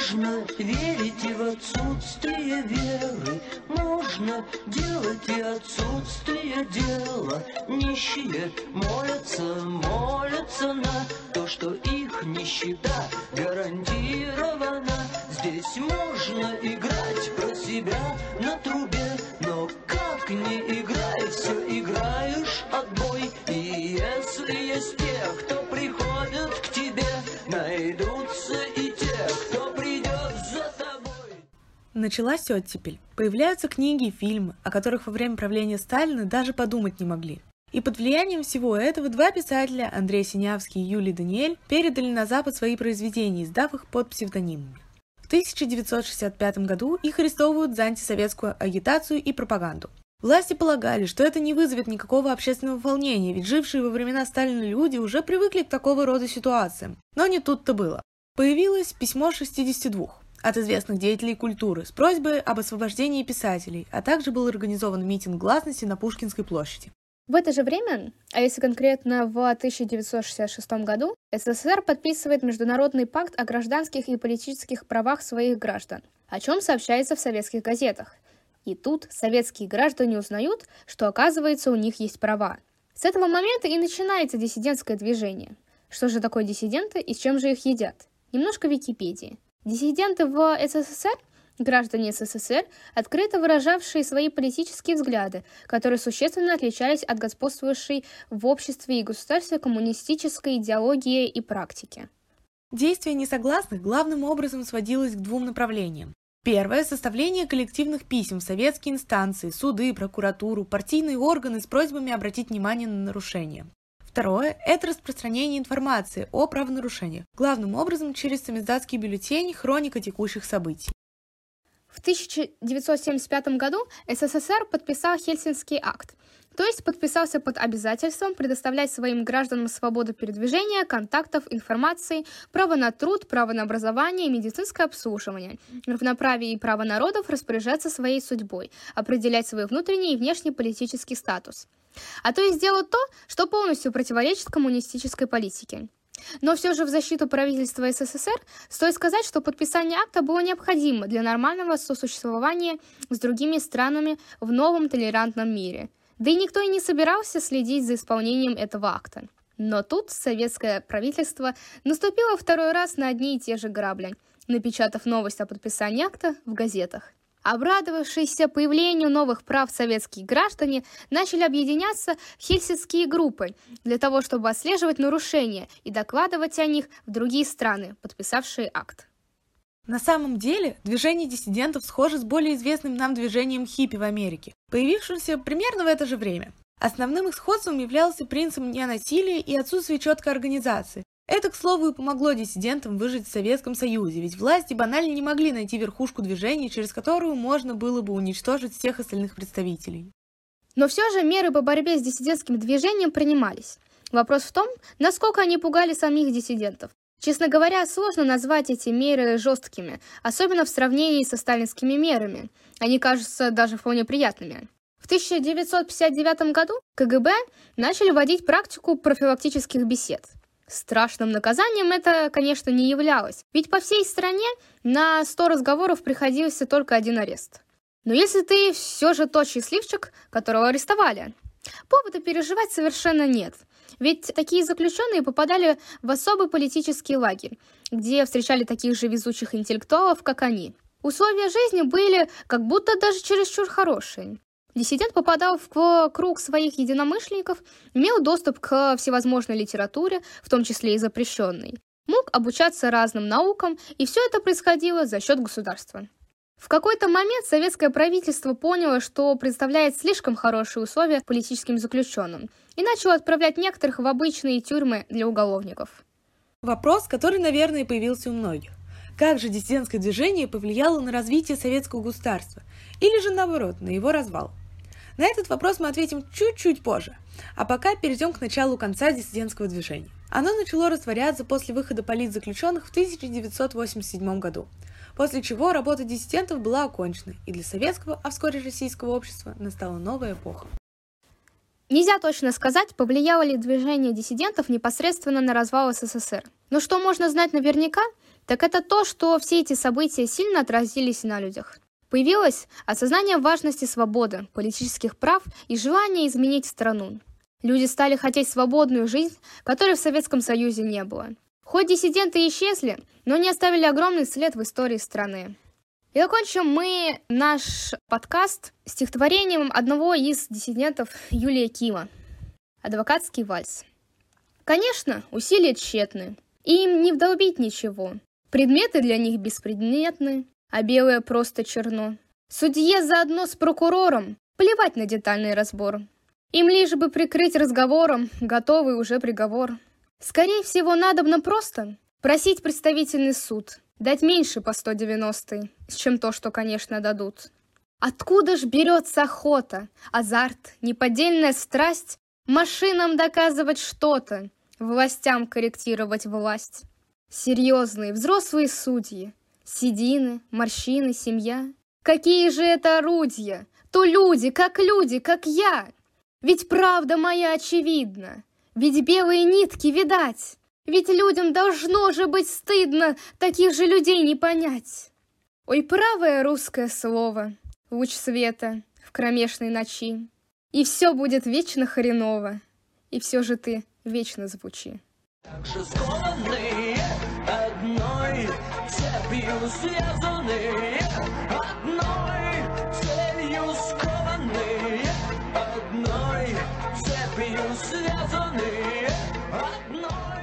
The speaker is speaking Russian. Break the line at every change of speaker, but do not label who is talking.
Можно верить и в отсутствие веры, можно делать и отсутствие дела. Нищие молятся на то, что их нищета гарантирована. Здесь можно играть про себя на трубе, но как не играй, все играешь отбой. И если есть те, кто приходит к тебе, найдутся и те, кто придет за тобой.
Началась оттепель. Появляются книги и фильмы, о которых во время правления Сталина даже подумать не могли. И под влиянием всего этого два писателя, Андрей Синявский и Юлий Даниэль, передали на Запад свои произведения, издав их под псевдонимами. В 1965 году их арестовывают за антисоветскую агитацию и пропаганду. Власти полагали, что это не вызовет никакого общественного волнения, ведь жившие во времена Сталина люди уже привыкли к такого рода ситуациям. Но не тут-то было. Появилось письмо 62 от известных деятелей культуры с просьбой об освобождении писателей, а также был организован митинг гласности на Пушкинской площади.
В это же время, а если конкретно в 1966 году, СССР подписывает Международный пакт о гражданских и политических правах своих граждан, о чем сообщается в советских газетах. И тут советские граждане узнают, что, оказывается, у них есть права. С этого момента и начинается диссидентское движение. Что же такое диссиденты и с чем же их едят? Немножко Википедии. Диссиденты в СССР – граждане СССР, открыто выражавшие свои политические взгляды, которые существенно отличались от господствующей в обществе и государстве коммунистической идеологии и практики.
Действие несогласных главным образом сводилось к двум направлениям. Первое – составление коллективных писем в советские инстанции, суды, прокуратуру, партийные органы с просьбами обратить внимание на нарушения. Второе – это распространение информации о правонарушениях, главным образом через самиздатский бюллетень «Хроника текущих событий».
В 1975 году СССР подписал Хельсинкский акт, то есть подписался под обязательством предоставлять своим гражданам свободу передвижения, контактов, информации, право на труд, право на образование и медицинское обслуживание, равноправие и право народов распоряжаться своей судьбой, определять свой внутренний и внешний политический статус. А то есть сделать то, что полностью противоречит коммунистической политике. Но все же в защиту правительства СССР стоит сказать, что подписание акта было необходимо для нормального сосуществования с другими странами в новом толерантном мире. Да и никто и не собирался следить за исполнением этого акта. Но тут советское правительство наступило второй раз на одни и те же грабли, напечатав новость о подписании акта в газетах. Обрадовавшиеся появлению новых прав советские граждане начали объединяться в хельсинкские группы для того, чтобы отслеживать нарушения и докладывать о них в другие страны, подписавшие акт.
На самом деле, движение диссидентов схоже с более известным нам движением хиппи в Америке, появившимся примерно в это же время. Основным их сходством являлся принцип ненасилия и отсутствие четкой организации. Это, к слову, и помогло диссидентам выжить в Советском Союзе, ведь власти банально не могли найти верхушку движения, через которую можно было бы уничтожить всех остальных представителей.
Но все же меры по борьбе с диссидентским движением принимались. Вопрос в том, насколько они пугали самих диссидентов. Честно говоря, сложно назвать эти меры жесткими, особенно в сравнении со сталинскими мерами. Они кажутся даже вполне приятными. В 1959 году КГБ начали вводить практику профилактических бесед. Страшным наказанием это, конечно, не являлось, ведь по всей стране на 100 разговоров приходился только один арест. Но если ты все же тот счастливчик, которого арестовали, повода переживать совершенно нет, ведь такие заключенные попадали в особый политический лагерь, где встречали таких же везучих интеллектуалов, как они. Условия жизни были как будто даже чересчур хорошие. Диссидент попадал в круг своих единомышленников, имел доступ к всевозможной литературе, в том числе и запрещенной, мог обучаться разным наукам, и все это происходило за счет государства. В какой-то момент советское правительство поняло, что представляет слишком хорошие условия политическим заключенным, и начало отправлять некоторых в обычные тюрьмы для уголовников.
Вопрос, который, наверное, появился у многих. Как же диссидентское движение повлияло на развитие советского государства? Или же, наоборот, на его развал? На этот вопрос мы ответим чуть-чуть позже, а пока перейдем к началу конца диссидентского движения. Оно начало растворяться после выхода политзаключенных в 1987 году, после чего работа диссидентов была окончена, и для советского, а вскоре российского общества настала новая эпоха.
Нельзя точно сказать, повлияло ли движение диссидентов непосредственно на развал СССР. Но что можно знать наверняка, так это то, что все эти события сильно отразились на людях. Появилось осознание важности свободы, политических прав и желание изменить страну. Люди стали хотеть свободную жизнь, которой в Советском Союзе не было. Хоть диссиденты исчезли, но не оставили огромный след в истории страны. И закончим мы наш подкаст стихотворением одного из диссидентов Юлия Кима. «Адвокатский вальс». Конечно, усилия тщетны, и им не вдолбить ничего. Предметы для них беспредметны, а белое просто черно. Судье заодно с прокурором плевать на детальный разбор. Им лишь бы прикрыть разговором готовый уже приговор. Скорее всего, надобно просто просить представительный суд дать меньше по 190, чем то, что, конечно, дадут. Откуда ж берется охота, азарт, неподдельная страсть машинам доказывать что-то, властям корректировать власть? Серьезные, взрослые судьи, седины, морщины, семья. Какие же это орудия? То люди, как я. Ведь правда моя очевидна, ведь белые нитки видать. Ведь людям должно же быть стыдно таких же людей не понять. Ой, правое русское слово, луч света в кромешной ночи. И все будет вечно хреново, и все же ты вечно звучи.
Так же скованные, одной цепью связанные, одной целью скованные, одной цепью связанные, одной